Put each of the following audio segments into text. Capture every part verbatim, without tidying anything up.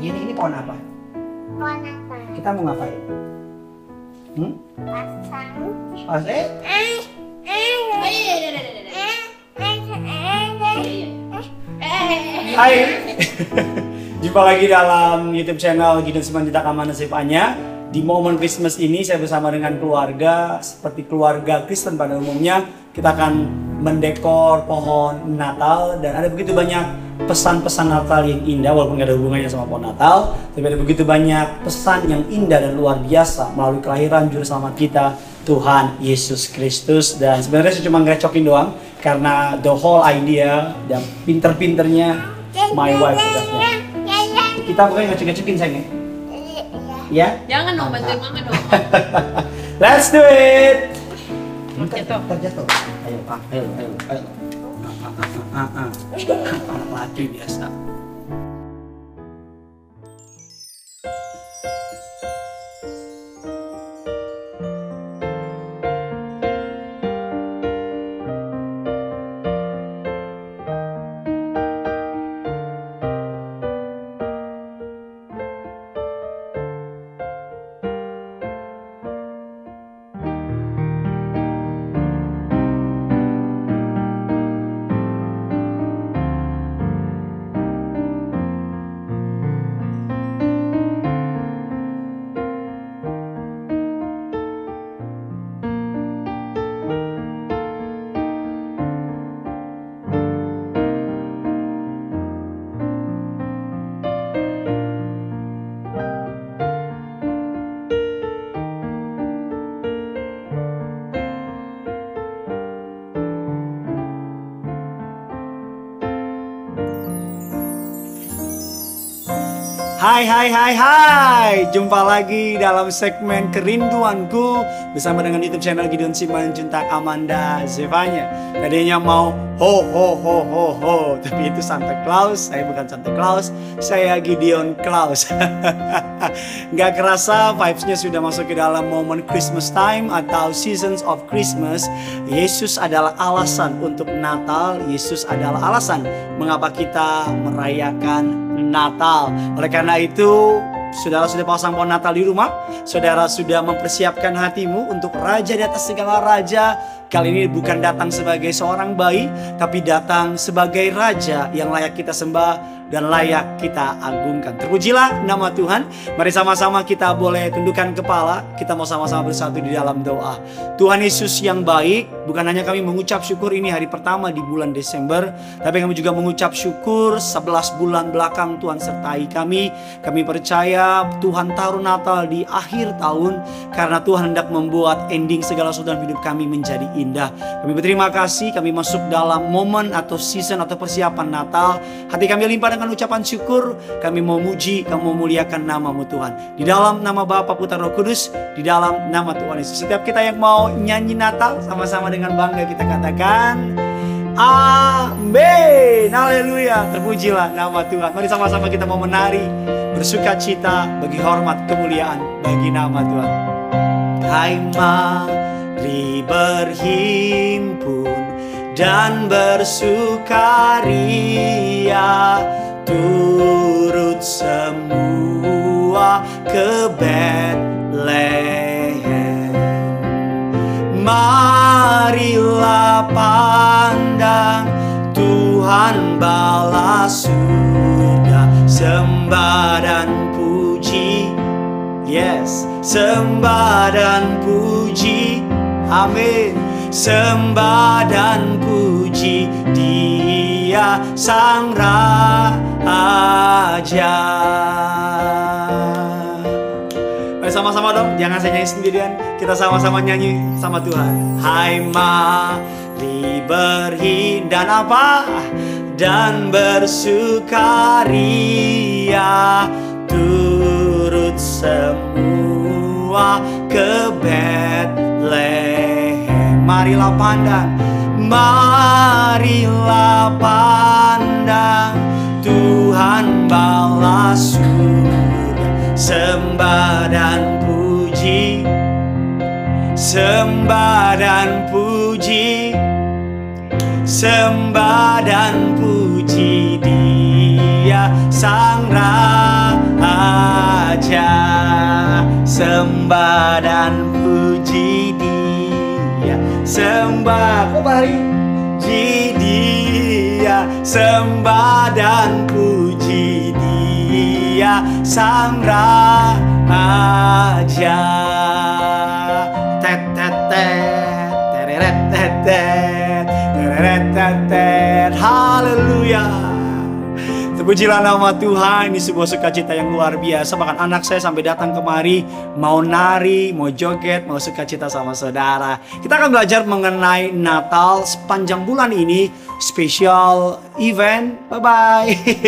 Ini ini pohon apa? Pohon apa? Kita mau ngapain? Hmm? Pasang. Pas eh? Hai. Jumpa lagi dalam YouTube channel Gideon Simanjuntak Amanda Zevanya. Di momen Christmas ini saya bersama dengan keluarga, seperti keluarga Kristen pada umumnya, kita akan mendekor pohon Natal dan ada begitu banyak pesan-pesan Natal yang indah, walaupun gak ada hubungannya sama pohon Natal, tapi ada begitu banyak pesan yang indah dan luar biasa melalui kelahiran Juru Selamat kita, Tuhan Yesus Kristus. Dan sebenarnya saya cuma ngerecokin doang karena the whole idea dan pinter-pinternya my wife tugasnya. Kita pokoknya ngecek-ngecekin sayangnya. Ya? Jangan dong, bantuin mama dong. Let's do it. Jatuh. Terjatuh. Ayo, ah, ayo, ayo, ayo. Ah, ah, ah, ah. Anak laki biasa. Hai hai hai hai, jumpa lagi dalam segmen Kerinduanku bersama dengan YouTube channel Gideon Simanjuntak Amanda Zevanya. Tadinya mau ho ho ho ho ho, tapi itu Santa Claus. Saya bukan Santa Claus, saya Gideon Claus. Gak kerasa vibes-nya sudah masuk ke dalam momen Christmas time atau seasons of Christmas. Yesus adalah alasan untuk Natal. Yesus adalah alasan mengapa kita merayakan Natal. Oleh karena itu, saudara sudah pasang pohon Natal di rumah, saudara sudah mempersiapkan hatimu untuk Raja di atas segala raja. Kali ini bukan datang sebagai seorang bayi, tapi datang sebagai Raja yang layak kita sembah dan layak kita agungkan. Terpujilah nama Tuhan. Mari sama-sama kita boleh tundukkan kepala. Kita mau sama-sama bersatu di dalam doa. Tuhan Yesus yang baik, bukan hanya kami mengucap syukur ini hari pertama di bulan Desember, tapi kami juga mengucap syukur sebelas bulan belakang Tuhan sertai kami. Kami percaya Tuhan taruh Natal di akhir tahun karena Tuhan hendak membuat ending segala sesuatu dalam hidup kami menjadi indah. Kami berterima kasih, kami masuk dalam momen atau season atau persiapan Natal. Hati kami limpah dengan ucapan syukur. Kami mau muji, kami mau muliakan namamu Tuhan. Di dalam nama Bapa, Putra, Roh Kudus, di dalam nama Tuhan Yesus. Setiap kita yang mau nyanyi Natal, sama-sama dengan bangga kita katakan amin. Haleluya. Terpujilah nama Tuhan. Mari sama-sama kita mau menari, bersuka cita bagi hormat kemuliaan bagi nama Tuhan. Hai mari berhimpun dan bersukaria, turut semua ke Betlehem. Marilah pandang Tuhan balas surga, sembah dan puji. Yes, sembah dan puji. Amin. Sembah dan puji Dia Sang Raja. Mari sama-sama dong, jangan saya nyanyi sendirian. Kita sama-sama nyanyi sama Tuhan. Hai mari berhimpun dan apa? Dan bersukaria, turut semua ke Betlehem. Marilah pandang, marilah pandang Tuhan balas surga, sembah dan puji, sembah dan puji, sembah dan puji Dia Sang Raja. sembah dan puji Dia, sembah kembali puji Dia, sembah dan puji Dia, Sang Raja. Tet tet tet, tereret tet tet, tereret tet tet, haleluya. Terpujilah nama Tuhan. Ini sebuah sukacita yang luar biasa. Bahkan anak saya sampai datang kemari mau nari, mau joget, mau sukacita sama saudara. Kita akan belajar mengenai Natal sepanjang bulan ini. Special event, bye-bye.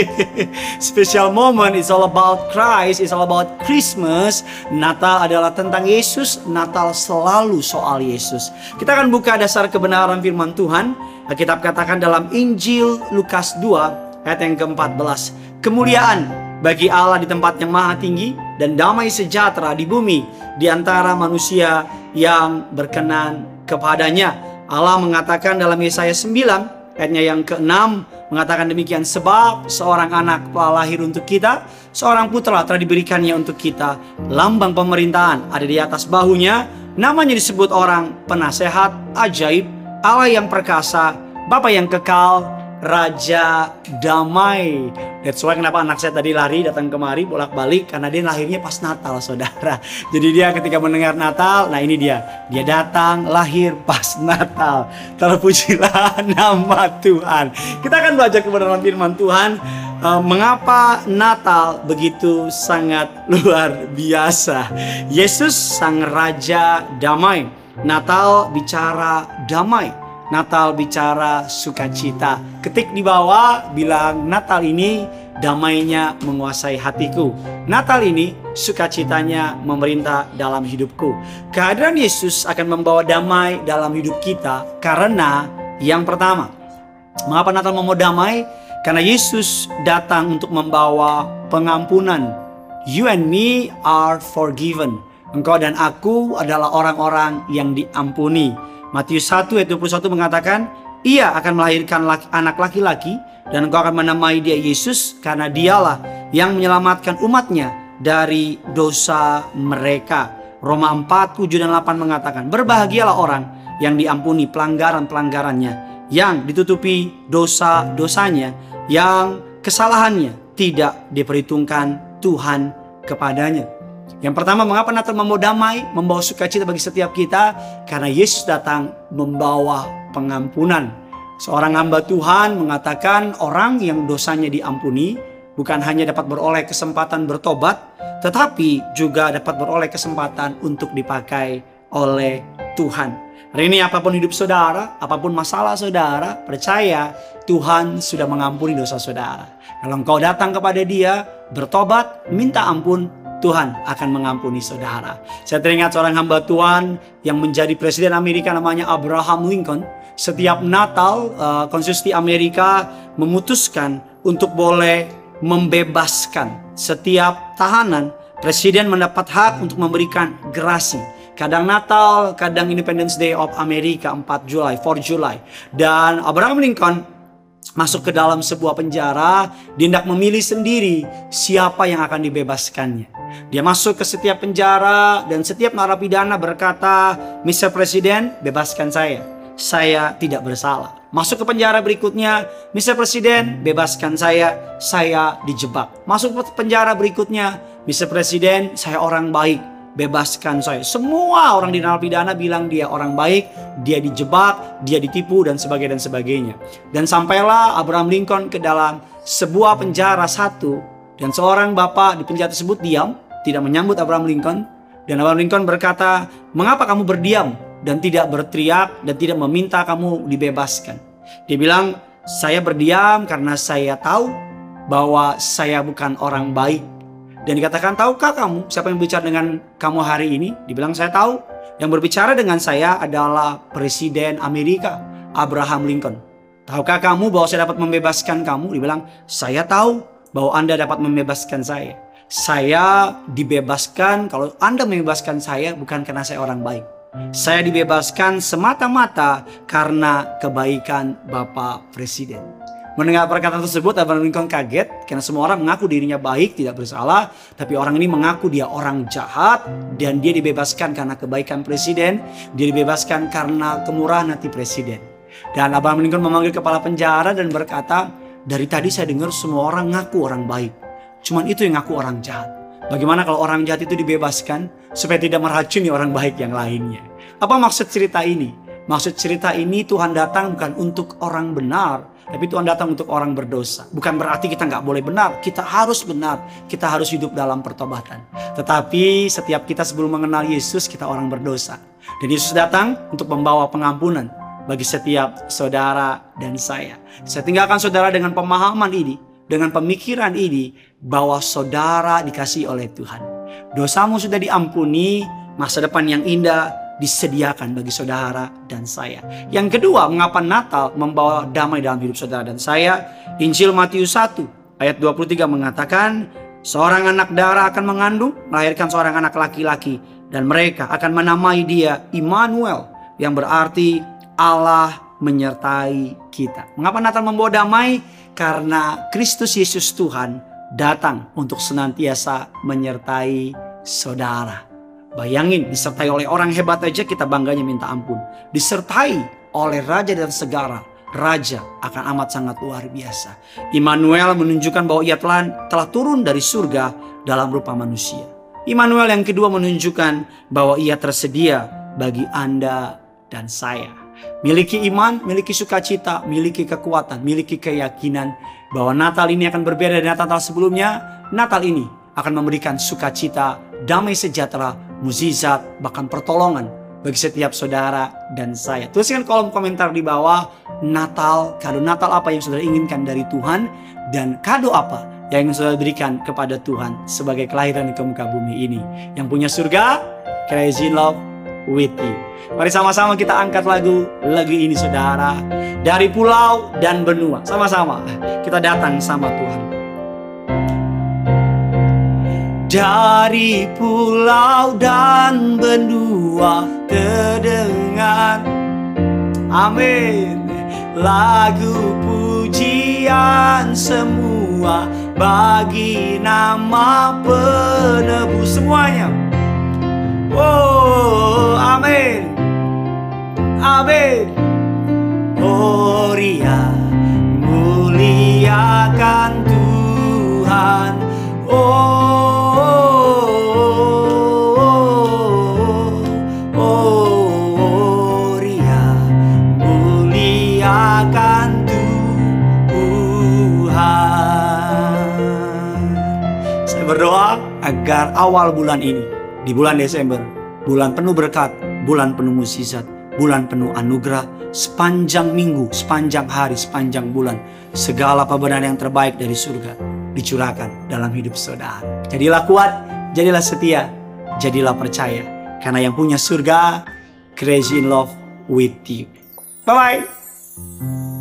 Special moment, it's all about Christ, it's all about Christmas. Natal adalah tentang Yesus. Natal selalu soal Yesus. Kita akan buka dasar kebenaran firman Tuhan. Alkitab katakan dalam Injil Lukas dua ayat yang keempat belas, kemuliaan bagi Allah di tempat yang maha tinggi dan damai sejahtera di bumi di antara manusia yang berkenan kepadanya. Allah mengatakan dalam Yesaya sembilan ayatnya yang keenam mengatakan demikian, sebab seorang anak telah lahir untuk kita, seorang putra telah diberikannya untuk kita, lambang pemerintahan ada di atas bahunya, namanya disebut orang penasehat, ajaib, Allah yang perkasa, Bapa yang kekal, Raja damai. That's why kenapa anak saya tadi lari datang kemari bolak-balik, karena dia lahirnya pas Natal, saudara. Jadi dia ketika mendengar Natal, nah ini dia, dia datang lahir pas Natal. Terpujilah nama Tuhan. Kita akan belajar kebenaran firman Tuhan. Uh, mengapa Natal begitu sangat luar biasa? Yesus sang Raja damai. Natal bicara damai. Natal bicara sukacita. Ketik di bawah bilang Natal ini damainya menguasai hatiku. Natal ini sukacitanya memerintah dalam hidupku. Kehadiran Yesus akan membawa damai dalam hidup kita karena yang pertama, mengapa Natal membawa damai? Karena Yesus datang untuk membawa pengampunan. You and me are forgiven. Engkau dan aku adalah orang-orang yang diampuni. Matius satu ayat dua puluh satu mengatakan, ia akan melahirkan laki, anak laki-laki dan engkau akan menamai dia Yesus karena dialah yang menyelamatkan umatnya dari dosa mereka. Roma empat, tujuh dan delapan mengatakan, berbahagialah orang yang diampuni pelanggaran-pelanggarannya, yang ditutupi dosa-dosanya, yang kesalahannya tidak diperhitungkan Tuhan kepadanya. Yang pertama, mengapa Natal membawa damai, membawa sukacita bagi setiap kita? Karena Yesus datang membawa pengampunan. Seorang hamba Tuhan mengatakan orang yang dosanya diampuni bukan hanya dapat beroleh kesempatan bertobat, tetapi juga dapat beroleh kesempatan untuk dipakai oleh Tuhan. Hari ini apapun hidup saudara, apapun masalah saudara, percaya Tuhan sudah mengampuni dosa saudara. Kalau engkau datang kepada Dia, bertobat, minta ampun, Tuhan akan mengampuni saudara. Saya teringat seorang hamba Tuhan yang menjadi presiden Amerika namanya Abraham Lincoln. Setiap Natal, uh, konstitusi Amerika memutuskan untuk boleh membebaskan setiap tahanan. Presiden mendapat hak untuk memberikan gerasi. Kadang Natal, kadang Independence Day of Amerika, empat Juli, empat Juli. Dan Abraham Lincoln masuk ke dalam sebuah penjara, dia hendak memilih sendiri siapa yang akan dibebaskannya. Dia masuk ke setiap penjara dan setiap narapidana berkata, mister Presiden, bebaskan saya. Saya tidak bersalah. Masuk ke penjara berikutnya, mister Presiden, bebaskan saya. Saya dijebak. Masuk ke penjara berikutnya, mister Presiden, saya orang baik. Bebaskan saya. Semua orang di narapidana bilang dia orang baik, dia dijebak, dia ditipu dan sebagainya dan sebagainya. Dan sampailah Abraham Lincoln ke dalam sebuah penjara satu, dan seorang bapak di penjara tersebut diam, tidak menyambut Abraham Lincoln. Dan Abraham Lincoln berkata, mengapa kamu berdiam dan tidak berteriak dan tidak meminta kamu dibebaskan? Dia bilang, saya berdiam karena saya tahu bahwa saya bukan orang baik. Dan dikatakan, tahukah kamu siapa yang berbicara dengan kamu hari ini? Dibilang, saya tahu. Yang berbicara dengan saya adalah Presiden Amerika, Abraham Lincoln. Tahukah kamu bahwa saya dapat membebaskan kamu? Dibilang, saya tahu bahwa Anda dapat membebaskan saya. Saya dibebaskan, kalau Anda membebaskan saya bukan karena saya orang baik. Saya dibebaskan semata-mata karena kebaikan Bapak Presiden. Mendengar perkataan tersebut, Abraham Lincoln kaget karena semua orang mengaku dirinya baik, tidak bersalah. Tapi orang ini mengaku dia orang jahat dan dia dibebaskan karena kebaikan presiden. Dia dibebaskan karena kemurahan hati presiden. Dan Abraham Lincoln memanggil kepala penjara dan berkata, dari tadi saya dengar semua orang ngaku orang baik. Cuman itu yang ngaku orang jahat. Bagaimana kalau orang jahat itu dibebaskan supaya tidak meracuni orang baik yang lainnya? Apa maksud cerita ini? Maksud cerita ini Tuhan datang bukan untuk orang benar, tapi Tuhan datang untuk orang berdosa. Bukan berarti kita nggak boleh benar, kita harus benar, kita harus hidup dalam pertobatan. Tetapi setiap kita sebelum mengenal Yesus, kita orang berdosa. Dan Yesus datang untuk membawa pengampunan bagi setiap saudara dan saya. Saya tinggalkan saudara dengan pemahaman ini, dengan pemikiran ini, bahwa saudara dikasihi oleh Tuhan. Dosamu sudah diampuni, masa depan yang indah disediakan bagi saudara dan saya. Yang kedua, mengapa Natal membawa damai dalam hidup saudara dan saya? Injil Matius satu ayat dua puluh tiga mengatakan, seorang anak darah akan mengandung, melahirkan seorang anak laki-laki, dan mereka akan menamai dia Immanuel, yang berarti Allah menyertai kita. Mengapa Natal membawa damai? Karena Kristus Yesus Tuhan datang untuk senantiasa menyertai saudara. Bayangin, disertai oleh orang hebat aja kita bangganya minta ampun. Disertai oleh raja dan segala raja akan amat sangat luar biasa. Immanuel menunjukkan bahwa ia telah, telah turun dari surga dalam rupa manusia. Immanuel yang kedua menunjukkan bahwa ia tersedia bagi Anda dan saya. Miliki iman, miliki sukacita, miliki kekuatan, miliki keyakinan bahwa Natal ini akan berbeda dari Natal sebelumnya. Natal ini akan memberikan sukacita, damai sejahtera, mukjizat, bahkan pertolongan bagi setiap saudara dan saya. Tuliskan kolom komentar di bawah Natal, kado Natal apa yang saudara inginkan dari Tuhan, dan kado apa yang ingin saudara berikan kepada Tuhan sebagai kelahiran ke muka bumi ini. Yang punya surga, Crazy in Love with You. Mari sama-sama kita angkat lagu lagu ini saudara, dari pulau dan benua. Sama-sama kita datang sama Tuhan. Dari pulau dan benua terdengar, amin, lagu pujian semua bagi nama penebus semuanya. Oh, amin, amin. Oh, ria muliakan Tuhan. Oh, berdoa agar awal bulan ini, di bulan Desember, bulan penuh berkat, bulan penuh mukjizat, bulan penuh anugerah, sepanjang minggu, sepanjang hari, sepanjang bulan, segala pembenaran yang terbaik dari surga dicurahkan dalam hidup saudara. Jadilah kuat, jadilah setia, jadilah percaya, karena yang punya surga, crazy in love with you. Bye-bye.